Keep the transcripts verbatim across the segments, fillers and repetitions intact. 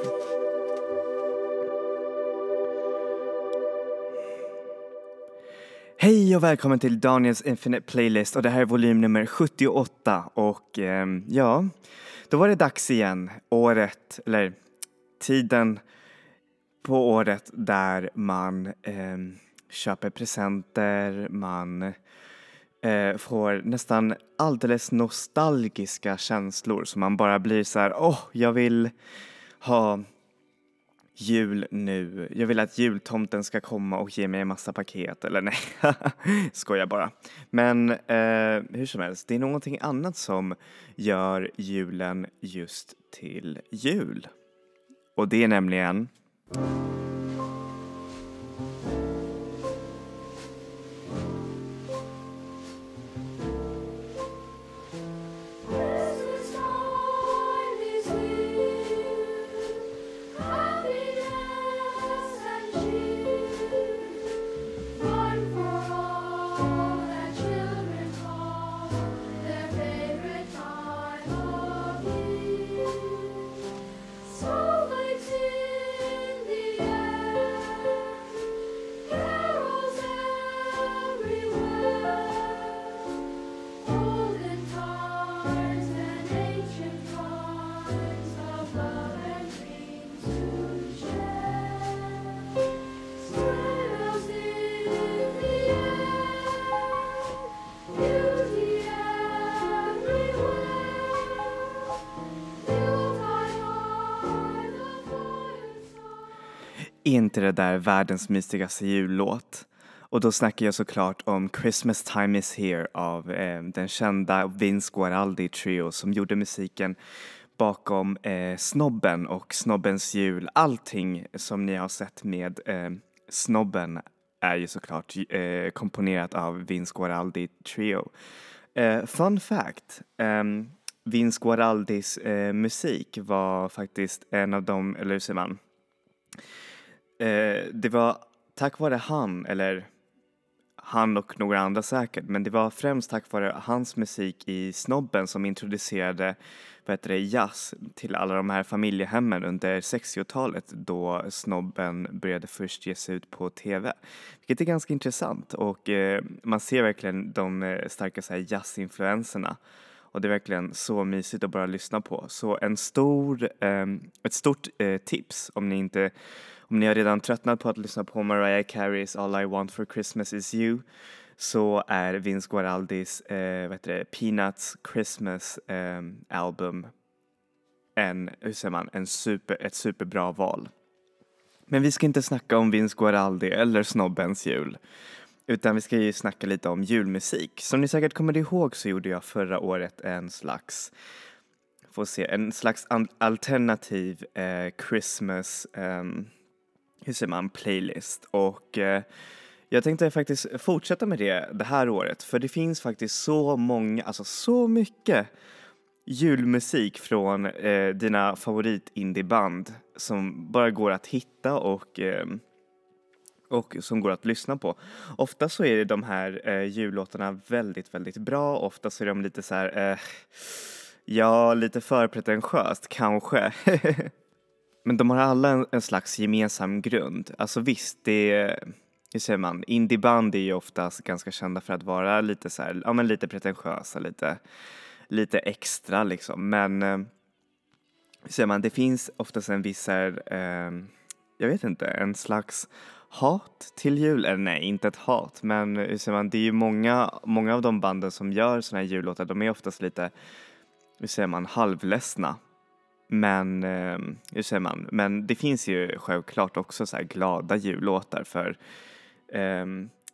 Hej och välkommen till Daniels Infinite Playlist, och det här är volym nummer sjuttioåtta. Och eh, ja, då var det dags igen. Året, eller tiden på året där man eh, köper presenter, man eh, får nästan alldeles nostalgiska känslor. Så man bara blir så här: åh, oh, jag vill ha jul nu. Jag vill att jultomten ska komma och ge mig en massa paket. Eller nej, skojar bara. Men eh, hur som helst, det är någonting annat som gör julen just till jul. Och det är nämligen... Är inte det där världens mysigaste jullåt? Och då snackar jag såklart om Christmas Time Is Here av eh, den kända Vince Guaraldi Trio som gjorde musiken bakom eh, Snobben och Snobbens jul. Allting som ni har sett med eh, Snobben är ju såklart eh, komponerat av Vince Guaraldi Trio. Eh, fun fact, eh, Vince Guaraldis eh, musik var faktiskt en av dem, eller hur säger man? Eh, det var tack vare han, eller han och några andra säkert, men det var främst tack vare hans musik i Snobben som introducerade vad heter det, jazz till alla de här familjehemmen under sextiotalet, då Snobben började först ge sig ut på tv. Vilket är ganska intressant, och eh, man ser verkligen de eh, starka så här, jazzinfluenserna. Och det är verkligen så mysigt att bara lyssna på. Så en stor, eh, ett stort eh, tips om ni inte Om ni har redan tröttnat på att lyssna på Mariah Careys All I Want For Christmas Is You, så är Vince Guaraldis eh, vad heter det, Peanuts Christmas eh, album en, hur säger man, en super, ett superbra val. Men vi ska inte snacka om Vince Guaraldi eller Snobbens jul, utan vi ska ju snacka lite om julmusik. Som ni säkert kommer ihåg så gjorde jag förra året en slags får se, en slags alternativ eh, Christmas eh, hur säger man, playlist, och eh, jag tänkte faktiskt fortsätta med det det här året, för det finns faktiskt så många, alltså så mycket julmusik från eh, dina favorit indieband som bara går att hitta och eh, och som går att lyssna på. Ofta så är det de här eh, jullåtarna väldigt, väldigt bra. Ofta så är de lite så här, eh, ja, lite för pretentiöst kanske. Men de har alla en, en slags gemensam grund. Alltså visst, det är, hur säger man, indieband är ju oftast ganska kända för att vara lite så här, ja men lite pretentiösa, lite, lite extra liksom. Men, eh, hur säger man, det finns oftast en viss här, eh, jag vet inte, en slags hat till jul. Eller nej, inte ett hat, men hur säger man, det är ju många, många av de banden som gör såna här jullåtar, de är oftast lite, hur säger man, halvledsna. Men, eh, hur säger man, men det finns ju självklart också så här glada jullåtar, för eh,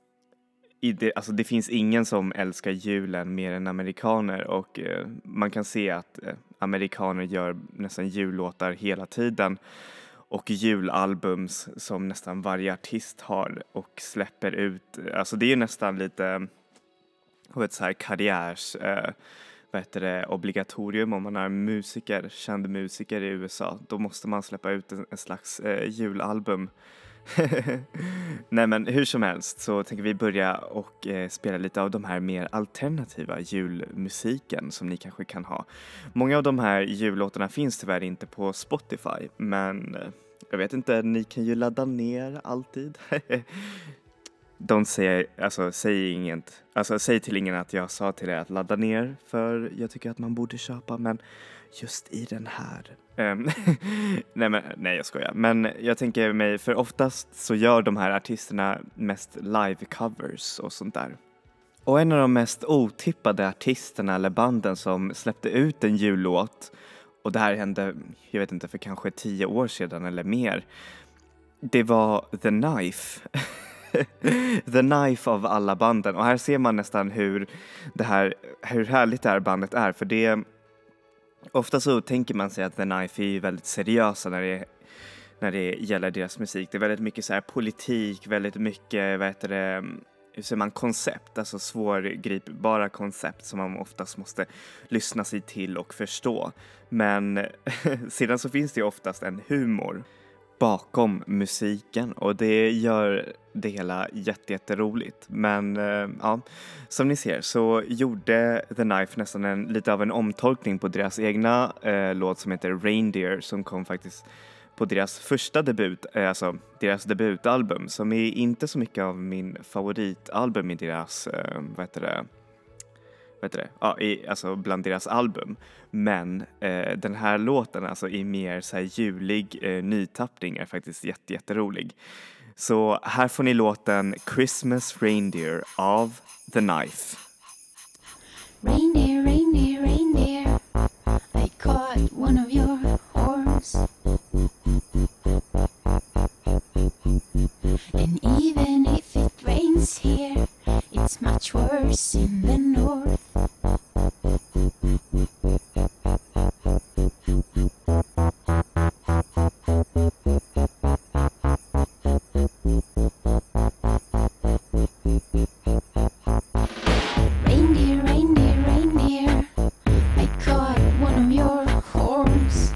i det, alltså det finns ingen som älskar julen mer än amerikaner, och eh, man kan se att eh, amerikaner gör nästan jullåtar hela tiden, och julalbums som nästan varje artist har och släpper ut. Alltså det är ju nästan lite, jag vet, så här karriärs eh, vad heter det, obligatorium om man är musiker, känd musiker i U S A. Då måste man släppa ut en, en slags eh, julalbum Nej men hur som helst så tänker vi börja och eh, spela lite av de här mer alternativa julmusiken som ni kanske kan ha. Många av de här jullåtarna finns tyvärr inte på Spotify, men eh, jag vet inte, ni kan ju ladda ner alltid. De säger, alltså säg inget, alltså säg till ingen att jag sa till er att ladda ner, för jag tycker att man borde köpa, men just i den här. Um, nej, men, nej, jag skojar. Men jag tänker mig, för oftast så gör de här artisterna mest live-covers och sånt där. Och en av de mest otippade artisterna eller banden som släppte ut en jullåt, och det här hände, jag vet inte, för kanske tio år sedan eller mer, det var The Knife. The Knife av alla banden. Och här ser man nästan hur det här, hur härligt det här bandet är, för det ofta så tänker man sig att The Knife är väldigt seriösa när det, när det gäller deras musik. Det är väldigt mycket så här politik, väldigt mycket, vad heter det, hur säger man, koncept, alltså svårgripbara koncept som man oftast måste lyssna sig till och förstå. Men sedan så finns det ju oftast en humor bakom musiken, och det gör det hela jätte, jätteroligt. Men eh, ja, som ni ser så gjorde The Knife nästan en, lite av en omtolkning på deras egna eh, låt som heter Reindeer, som kom faktiskt på deras första debut, eh, alltså deras debutalbum, som är inte så mycket av min favoritalbum i deras, eh, vad heter det, vet du det? Ja, i, alltså bland deras album. Men eh, den här låten, alltså i mer så här julig eh, nytappning, är faktiskt jätte, jätterolig. Så här får ni låten Christmas Reindeer av The Knife. Reindeer, reindeer, reindeer, I caught one of your horns. And even if it rains here, it's much worse in the north. Reindeer, reindeer, reindeer, I caught one of your horns.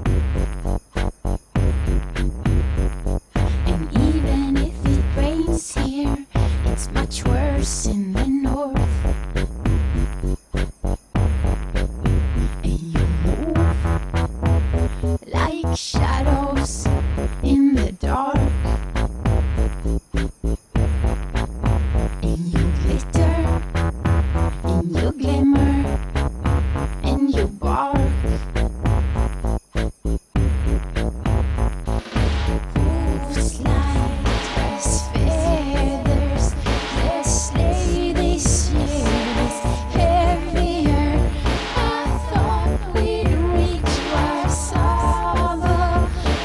And even if it rains here, it's much worse in the north. And you move like shadows in the dark. And you glitter, and you glimmer, and you bark. Hooves like his feathers, the sleigh this year is heavier. I thought we'd reach Warsaw,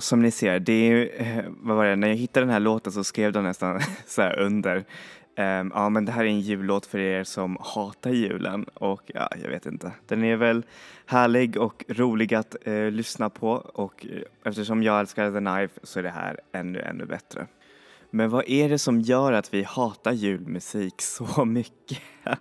som ni ser, det är ju, eh, vad var det, när jag hittade den här låten så skrev de nästan så här under. Um, ja, men det här är en jullåt för er som hatar julen och ja, jag vet inte. Den är väl härlig och rolig att uh, lyssna på och uh, eftersom jag älskar The Knife så är det här ännu, ännu bättre. Men vad är det som gör att vi hatar julmusik så mycket?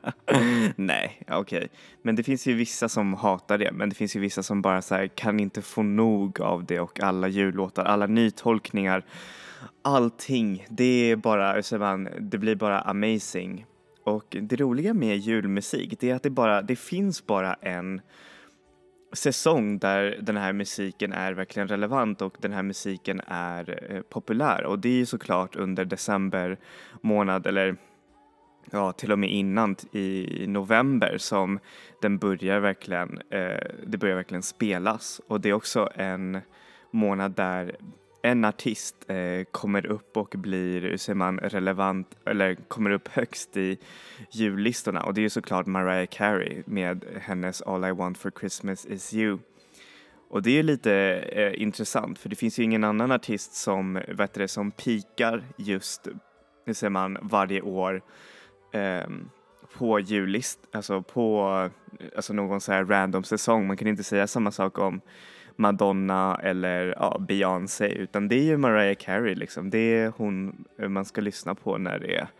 Nej, okej. Okay. Men det finns ju vissa som hatar det. Men det finns ju vissa som bara så här, kan inte få nog av det och alla jullåtar, alla nytolkningar. Allting, det är bara, så man, det blir bara amazing. Och det roliga med julmusik, det är att det bara, det finns bara en säsong där den här musiken är verkligen relevant och den här musiken är eh, populär. Och det är ju såklart under december månad eller ja, till och med innan i november som den börjar verkligen, eh, det börjar verkligen spelas. Och det är också en månad där en artist eh, kommer upp och blir, ser man, relevant eller kommer upp högst i jullistorna. Och det är ju såklart Mariah Carey med hennes All I Want for Christmas is You. Och det är lite eh, intressant för det finns ju ingen annan artist som, vet du, som pikar just, hur ser man, varje år eh, på jullist, alltså på alltså någon så här random säsong. Man kan inte säga samma sak om Madonna eller ja, Beyoncé, utan det är ju Mariah Carey liksom. Det är hon man ska lyssna på när det är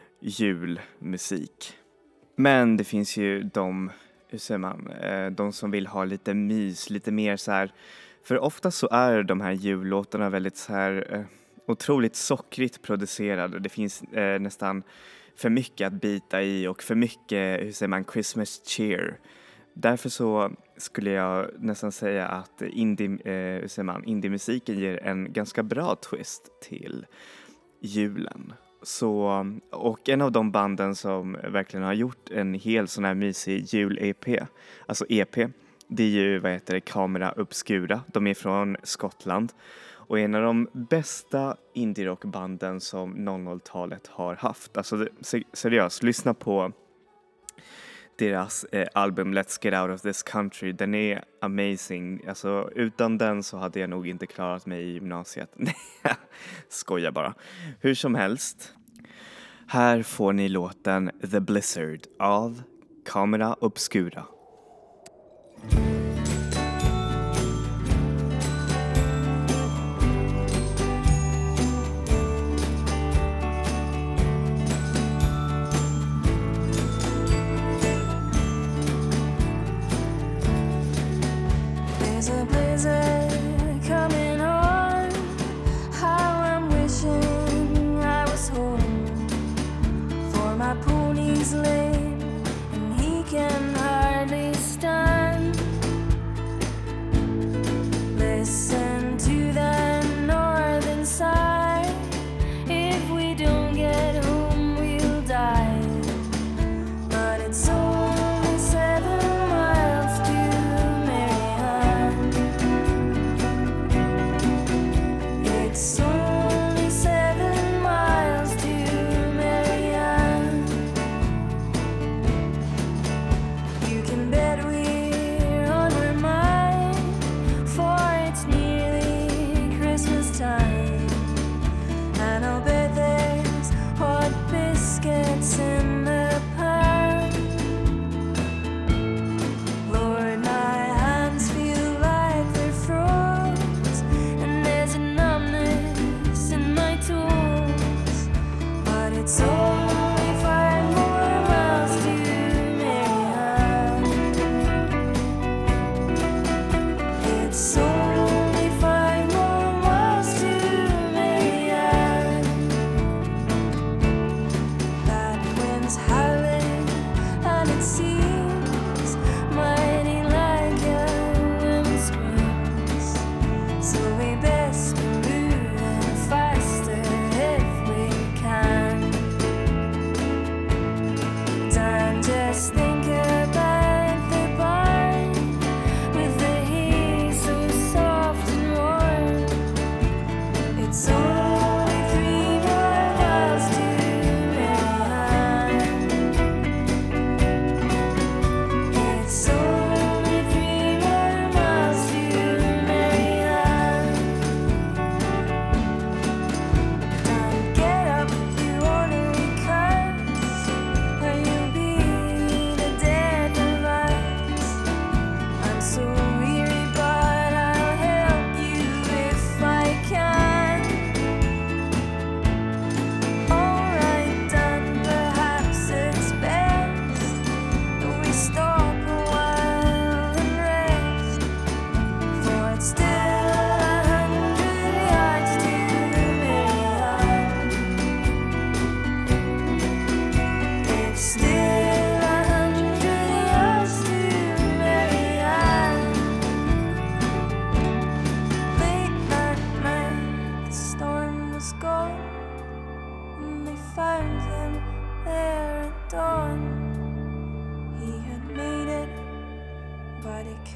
julmusik. Men det finns ju de, hur säger man, de som vill ha lite mys, lite mer så här, för ofta så är de här jullåtarna väldigt så här otroligt sockrigt producerade. Det finns eh, nästan för mycket att bita i och för mycket, hur säger man, Christmas cheer. Därför så skulle jag nästan säga att indie, eh, säger man, indie-musiken ger en ganska bra twist till julen. Så, och en av de banden som verkligen har gjort en hel sån här mysig jul-E P, alltså E P, det är ju, vad heter det, Camera Obscura. De är från Skottland och en av de bästa indie-rockbanden som noll noll-talet har haft. Alltså seriöst, lyssna på deras eh, album Let's Get Out of This Country. Den är amazing. Alltså utan den så hade jag nog inte klarat mig i gymnasiet. Skojar bara. Hur som helst. Här får ni låten The Blizzard av Camera Obscura. Lame and he can hardly stand.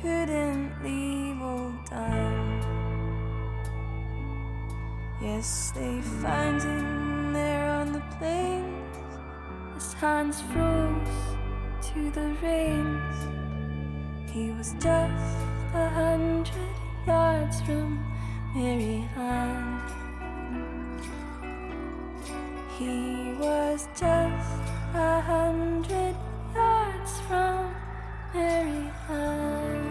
couldn't leave old time. Yes, they find him there on the plains. His hands froze to the reins. He was just a hundred yards from Mary Ann. He was just a hundred yards from Mary Ann.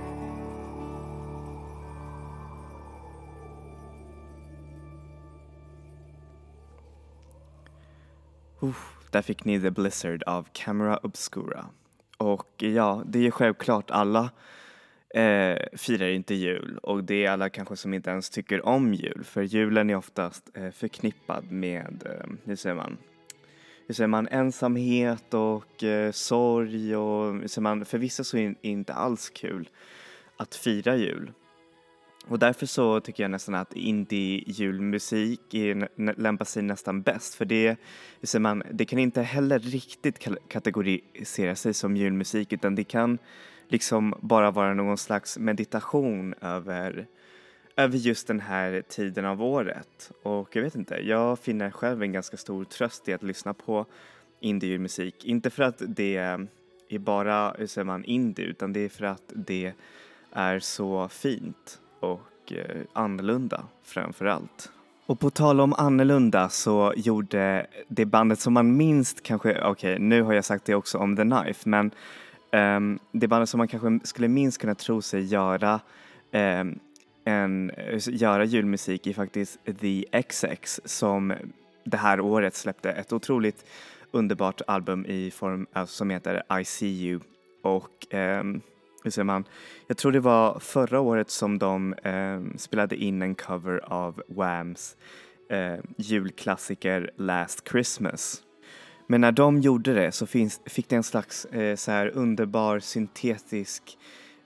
Uff, där fick ni The Blizzard av Camera Obscura. Och ja, det är ju självklart alla eh, firar inte jul. Och det är alla kanske som inte ens tycker om jul. För julen är oftast eh, förknippad med, eh, hur säger man? Hur säger man? Ensamhet och eh, sorg. Och hur säger man? För vissa så är det inte alls kul att fira jul. Och därför så tycker jag nästan att indie-julmusik är, lämpar sig nästan bäst. För det, så man, det kan inte heller riktigt kategorisera sig som julmusik. Utan det kan liksom bara vara någon slags meditation över, över just den här tiden av året. Och jag vet inte, jag finner själv en ganska stor tröst i att lyssna på indie-julmusik. Inte för att det är bara, hur säger man, indie. Utan det är för att det är så fint och eh, annorlunda framför allt. Och på tal om annorlunda så gjorde det bandet som man minst kanske, okej okay, nu har jag sagt det också om The Knife, men um, det bandet som man kanske skulle minst kunna tro sig göra um, en, göra julmusik är faktiskt The X X, som det här året släppte ett otroligt underbart album i form, alltså, som heter I See You. Och um, hur säger man? Jag tror det var förra året som de eh, spelade in en cover av Whams eh, julklassiker Last Christmas. Men när de gjorde det så finns, fick det en slags eh, så här underbar syntetisk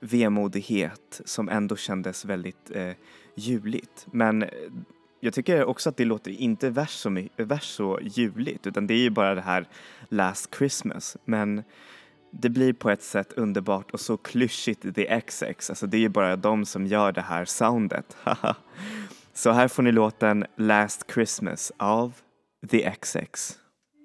vemodighet som ändå kändes väldigt eh, juligt. Men jag tycker också att det låter inte värst så, värst så juligt, utan det är ju bara det här Last Christmas. Men det blir på ett sätt underbart och så klyschigt The X X. Alltså det är ju bara de som gör det här soundet. Så här får ni låten Last Christmas av The X X.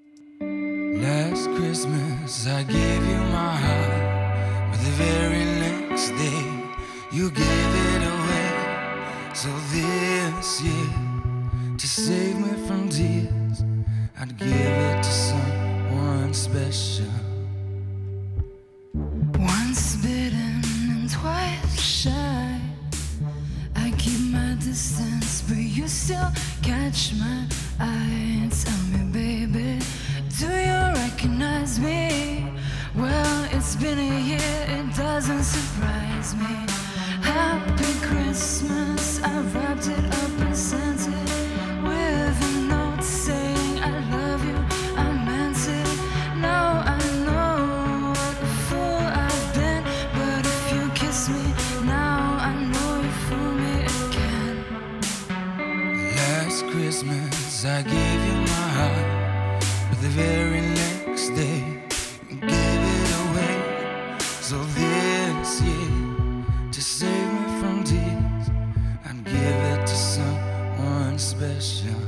Last Christmas I gave you my heart, but the very next day you gave it away. So this year, to save me from tears, I'd give it to someone special. Once bitten and twice shy, I keep my distance, but you still catch my eye. Tell me, baby, do you recognize me? Well, it's been a year, it doesn't surprise me. Happy Christmas, I wrapped it up and sent it with a note saying I love you, I meant it. Now I know what a fool I've been, but if you kiss me now, I know you fool me again. Last Christmas I gave you my heart, but the very next day you gave it away. So this year, to save me from tears, I'd give it to someone special.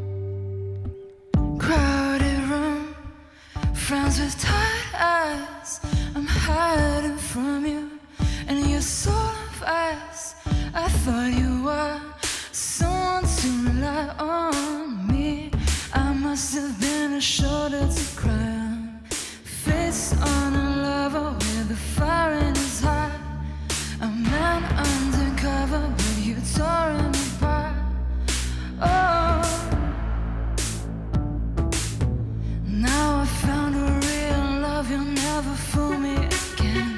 Crowded room, friends with tired eyes. I'm hiding from you, and you're so fast. I thought you were someone to rely on me. I must have been a shoulder to cry on, face on a lover with the fire in his heart. A man undercover, but you tore him apart. Oh, now I found a real love, you'll never fool me again.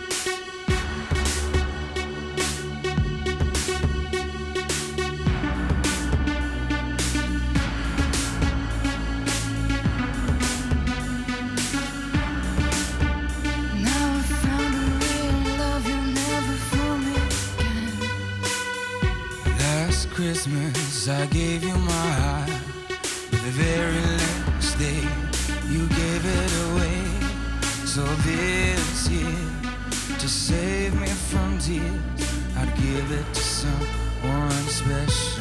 Now I found a real love, you'll never fool me again. Last Christmas I gave you my heart, but the very next day you gave it away. So this year, to save me from tears. I'd give it to someone special.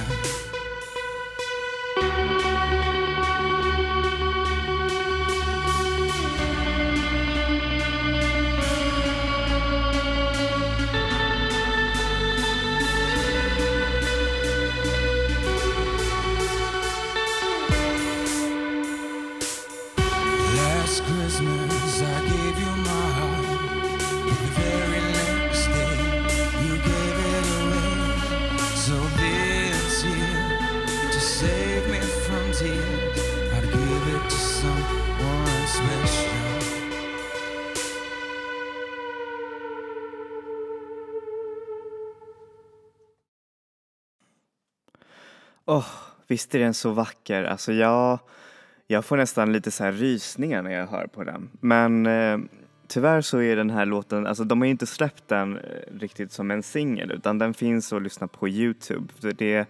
Last Christmas I gave you my heart, but the very next day you gave it away. So this year, to save me from tears, I'd give it to someone special. Åh, visst är den så vacker. Alltså jag, jag får nästan lite så här rysningar när jag hör på den. Men eh, tyvärr så är den här låten, alltså de har ju inte släppt den eh, riktigt som en singel, utan den finns att lyssna på YouTube. Så det,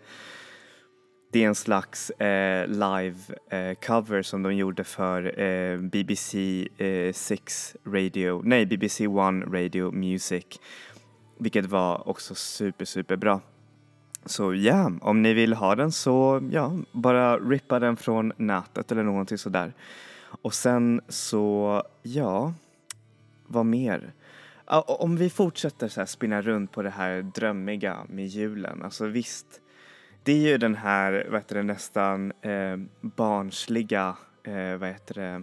det är en slags eh, live eh, cover som de gjorde för eh, B B C eh, sex Radio, nej B B C One Radio Music, vilket var också super super bra. Så ja, om ni vill ha den så ja, bara rippa den från nätet eller någonting sådär. Och sen så, ja, vad mer? Ja, om vi fortsätter så här spinna runt på det här drömmiga med julen. Alltså visst, det är ju den här, vad heter det, nästan eh, barnsliga, eh, vad heter det,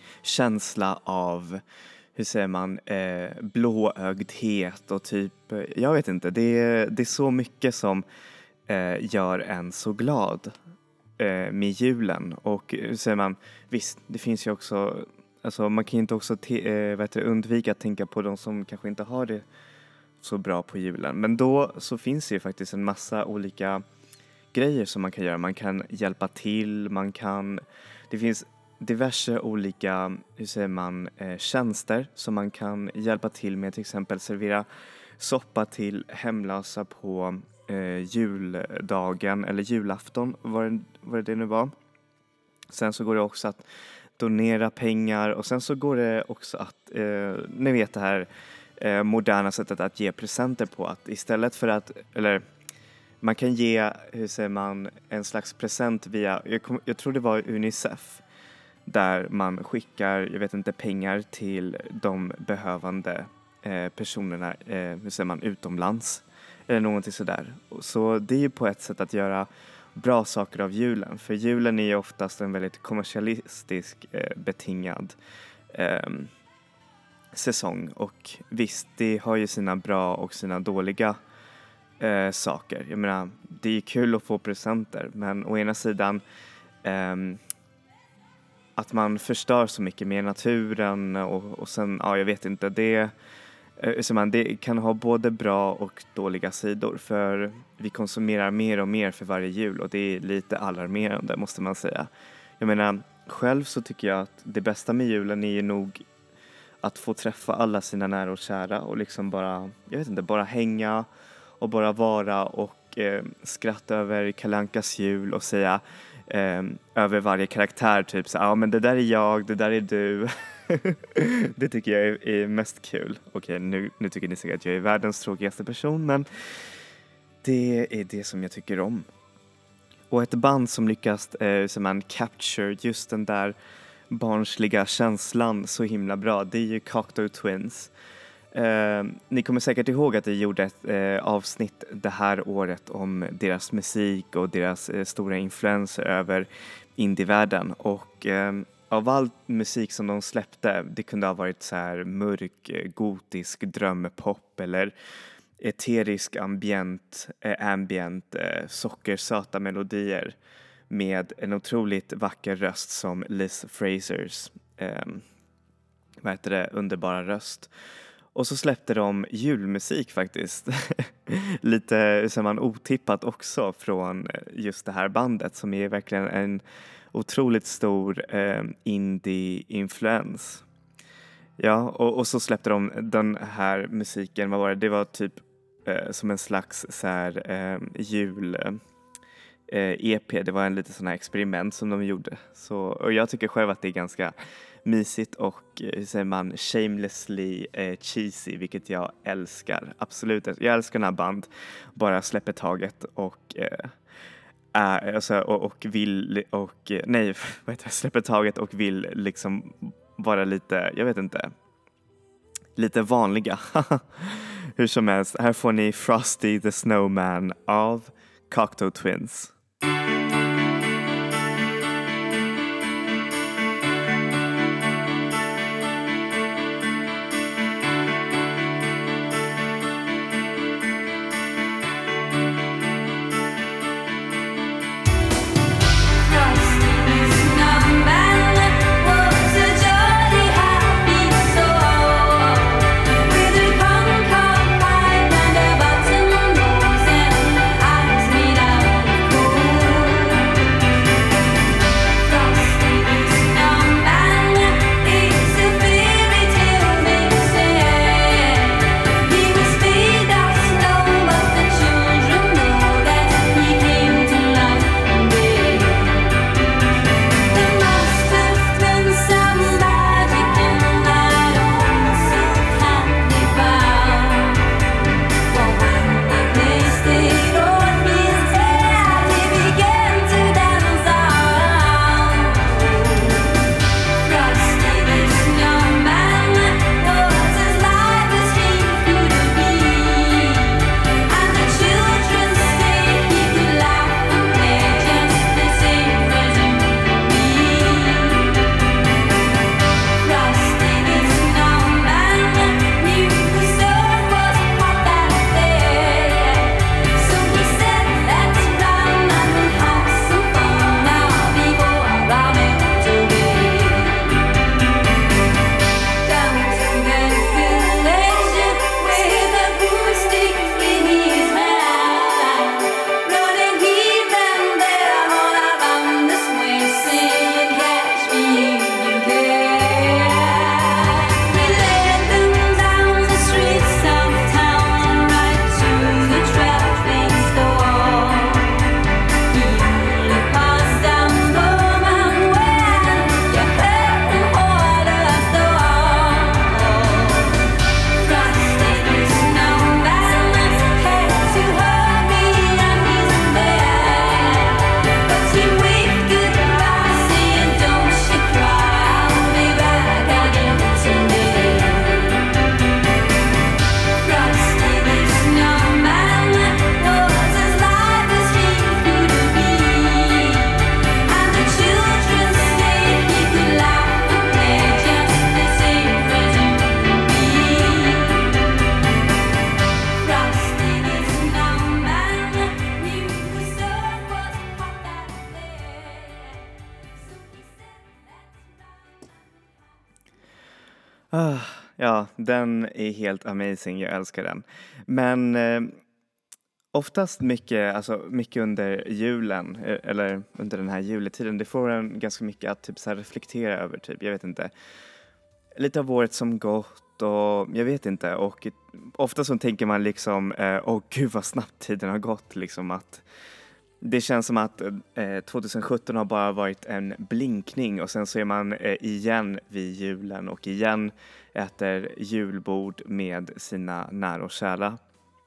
känsla av, hur säger man, eh, blåögdhet och typ, jag vet inte, det är, det är så mycket som eh, gör en så glad eh, med julen. Och hur säger man, visst, det finns ju också, alltså man kan ju inte också te, eh, vad heter det, undvika att tänka på de som kanske inte har det så bra på julen. Men då så finns det ju faktiskt en massa olika grejer som man kan göra. Man kan hjälpa till, man kan, det finns diverse olika, hur säger man, eh, tjänster som man kan hjälpa till med, till exempel servera soppa till hemlösa på eh, juldagen eller julafton, vad det, vad det nu var. Sen så går det också att donera pengar, och sen så går det också att, eh, ni vet det här eh, moderna sättet att ge presenter på, att istället för att, eller man kan ge, hur säger man, en slags present via, jag, kom, jag tror det var Unicef, där man skickar, jag vet inte, pengar till de behövande eh, personerna, eh, hur säger man, utomlands eller någonting sådär. Så det är ju på ett sätt att göra bra saker av julen, för julen är ju oftast en väldigt kommersialistisk eh, betingad eh, säsong, och visst, det har ju sina bra och sina dåliga eh, saker. Jag menar, det är kul att få presenter, men å ena sidan eh, att man förstör så mycket med naturen, och, och sen, ja jag vet inte, det, så man, det kan ha både bra och dåliga sidor, för vi konsumerar mer och mer för varje jul, och det är lite alarmerande, måste man säga. Jag menar, själv så tycker jag att det bästa med julen är ju nog att få träffa alla sina nära och kära och liksom bara, jag vet inte, bara hänga och bara vara och eh, skratta över Kalle Ankas jul och säga eh, över varje karaktär typ så, ja ah, men det där är jag, det där är du. Det tycker jag är, är mest kul. Okej, nu, nu tycker ni säkert att jag är världens tråkigaste person, men det är det som jag tycker om. Och ett band som lyckas eh, som man capture just den där barnsliga känslan så himla bra, det är ju Cocteau Twins. Eh, ni kommer säkert ihåg att jag gjorde ett eh, avsnitt det här året om deras musik och deras eh, stora influenser över indievärlden, och eh, av all musik som de släppte, det kunde ha varit så här mörk, gotisk drömpop eller eterisk ambient, eh, ambient eh, sockersöta melodier med en otroligt vacker röst som Liz Frasers eh, vad heter det, underbara röst. Och så släppte de julmusik faktiskt. Lite som man otippat också från just det här bandet, som är verkligen en otroligt stor eh, indie-influens. Ja, och, och så släppte de den här musiken, vad var det? Det var typ eh, som en slags så här, eh, jul eh, E P. Det var en lite sån här experiment som de gjorde. Så, och jag tycker själv att det är ganska mysigt och eh, hur säger man, shamelessly eh, cheesy, vilket jag älskar. Absolut, jag älskar när band bara släpper taget och eh, äh, alltså, och, och vill och eh, nej, vad heter det, släpper taget och vill liksom vara lite, jag vet inte, lite vanliga. Hur som helst, här får ni Frosty the Snowman av Cocteau Twins. Ah, ja, den är helt amazing. Jag älskar den. Men eh, oftast mycket, alltså mycket under julen eh, eller under den här juletiden. Det får en ganska mycket att typ så här reflektera över typ. Jag vet inte. Lite av året som gått och jag vet inte. Och ofta så tänker man liksom, eh, åh gud vad snabbt tiden har gått. Liksom att det känns som att eh, tjugohundrasjutton har bara varit en blinkning och sen så är man eh, igen vid julen och igen äter julbord med sina nära och kära.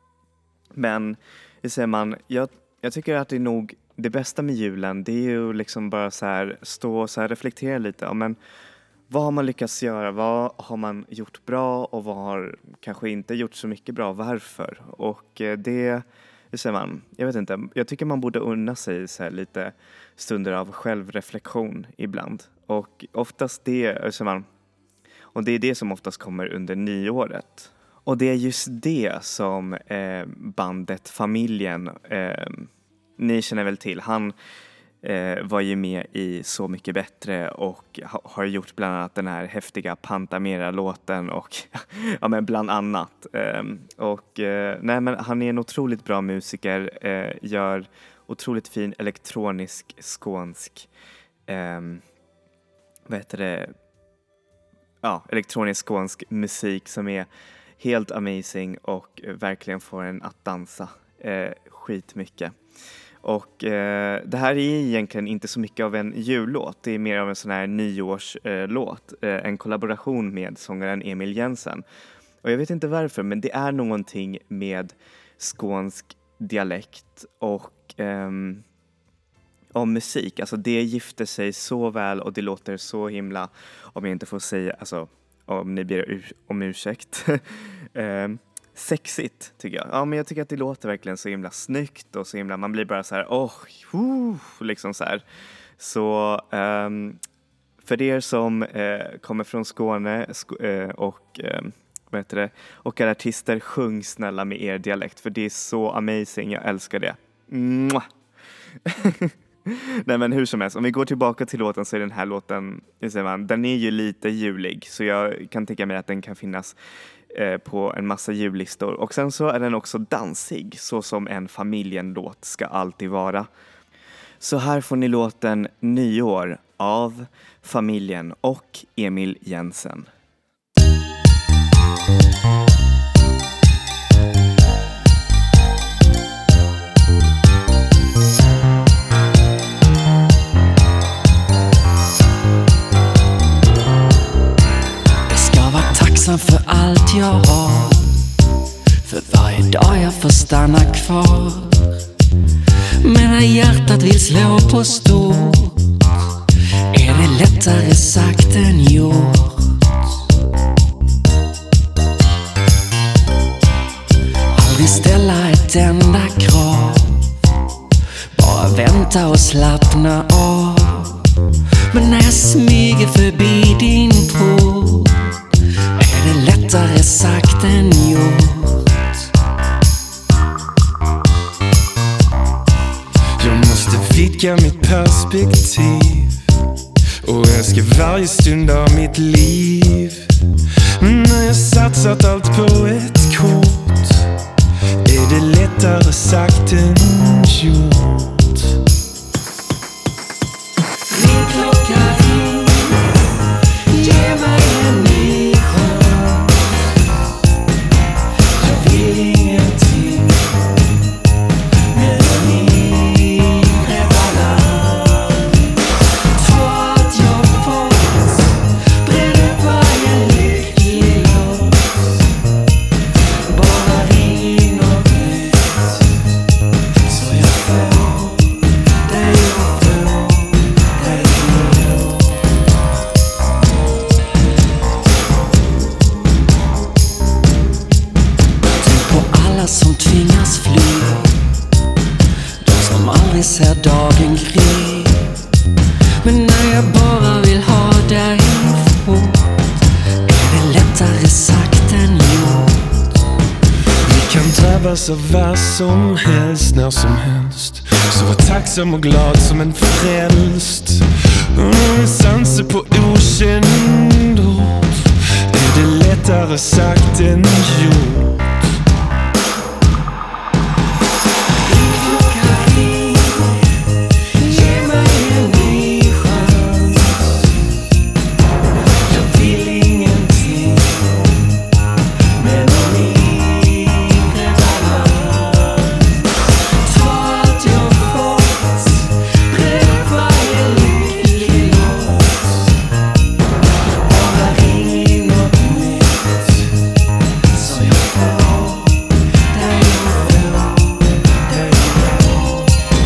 Men hur säger man, jag, jag tycker att det är nog det bästa med julen, det är ju liksom bara så här stå och så här reflektera lite. Ja, men vad har man lyckats göra? Vad har man gjort bra och vad har kanske inte gjort så mycket bra? Varför? Och eh, det... Hur säger man? Jag vet inte. Jag tycker man borde unna sig så här lite stunder av självreflektion ibland. Och oftast det, hur säger man? Och det är det som oftast kommer under nyåret. Och det är just det som eh, bandet Familjen, eh, ni känner väl till. Han eh, var ju med i Så mycket bättre och ha, har gjort bland annat den här häftiga Pantamera-låten och ja men bland annat. Eh, och eh, nej men han är en otroligt bra musiker, eh, gör otroligt fin elektronisk skånsk eh, vad heter det? Ja, elektronisk skånsk musik som är helt amazing och verkligen får en att dansa eh, skitmycket. Och eh, det här är egentligen inte så mycket av en jullåt. Det är mer av en sån här nyårslåt. Eh, en kollaboration med sångaren Emil Jensen. Och jag vet inte varför, men det är någonting med skånsk dialekt och ehm, om musik. Alltså det gifter sig så väl och det låter så himla, om jag inte får säga, alltså om ni ber ur, om ursäkt, ehm, sexigt tycker jag. Ja, men jag tycker att det låter verkligen så himla snyggt och så himla, man blir bara så här, åh, oh, liksom så här. Så um, för er som uh, kommer från Skåne sk- uh, och um, vad heter det, och är artister, sjung snälla med er dialekt, för det är så amazing, jag älskar det. Mwah! Nej, men hur som helst, om vi går tillbaka till låten så är den här låten, man, den är ju lite julig, så jag kan tänka mig att den kan finnas eh, på en massa jullistor. Och sen så är den också dansig, så som en familjenlåt ska alltid vara. Så här får ni låten Nyår av Familjen och Emil Jensen. För allt jag har, för varje dag jag får stanna kvar. Men när hjärtat vill slå på stort är det lättare sagt än gjort. Aldrig ställa ett enda krav, bara vänta och slappna av. Men när jag smyger förbi din port är det lättare sagt än gjort. Jag måste vidga mitt perspektiv och älska varje stund av mitt liv. Men när jag satsat allt på ett kort är det lättare sagt än gjort. Min klocka ring, ge mig en ny chans. Jag vill ingenting men en inre balans. Två att jag fått, bred upp varje lycklig låt. Bara ring och vet, så jag får dig och får dig och tänk på alla som tvingas fly, de som aldrig ser dagen gry. Men när jag bara vill ha dig fort är det lättare sagt än gjort. Vi kan drabbas av vad som helst, när som helst. Så var tacksam och glad som en frälst. Och sanser på okänd ort är det lättare sagt än gjort. Min klocka ring, ge mig en ny chans. Jag vill ingenting men en inre balans. Ta allt jag fått, bred upp varje lycklig låt. Bara ring något nytt, så jag får dig och får dig och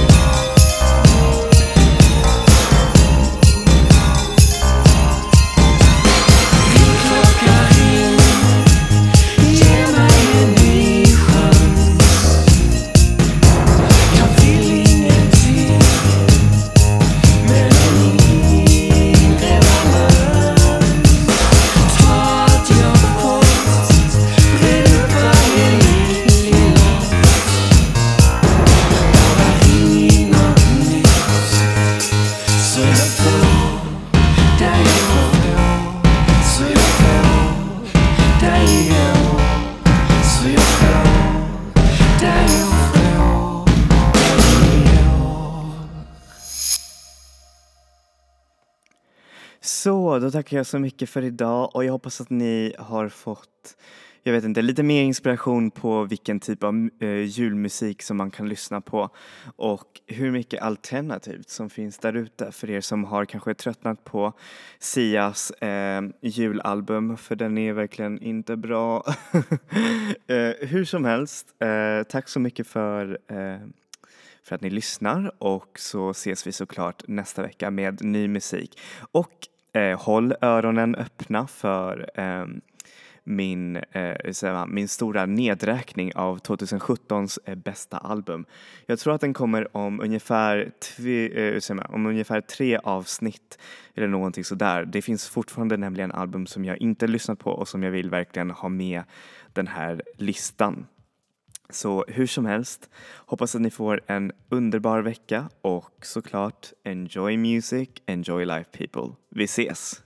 min klocka ring, ge mig en ny chans. Jag vill ingenting men en inre balans. Ta allt jag fått, bred upp varje lycklig låt. Bara ring något nytt, så jag får dig och får, så jag får dig och, så jag får dig och får dig och. Så Så, då tackar jag så mycket för idag och jag hoppas att ni har fått, jag vet inte, lite mer inspiration på vilken typ av eh, julmusik som man kan lyssna på och hur mycket alternativt som finns där ute för er som har kanske tröttnat på Sias eh, julalbum, för den är verkligen inte bra. eh, hur som helst, eh, tack så mycket för eh, för att ni lyssnar och så ses vi såklart nästa vecka med ny musik. Och eh, håll öronen öppna för eh, min, eh, säga, min stora nedräkning av tjugosjutton:s eh, bästa album. Jag tror att den kommer om ungefär, tve, eh, säga, om ungefär tre avsnitt eller någonting sådär. Det finns fortfarande nämligen album som jag inte lyssnat på och som jag vill verkligen ha med den här listan. Så hur som helst, hoppas att ni får en underbar vecka och såklart enjoy music, enjoy life people. Vi ses!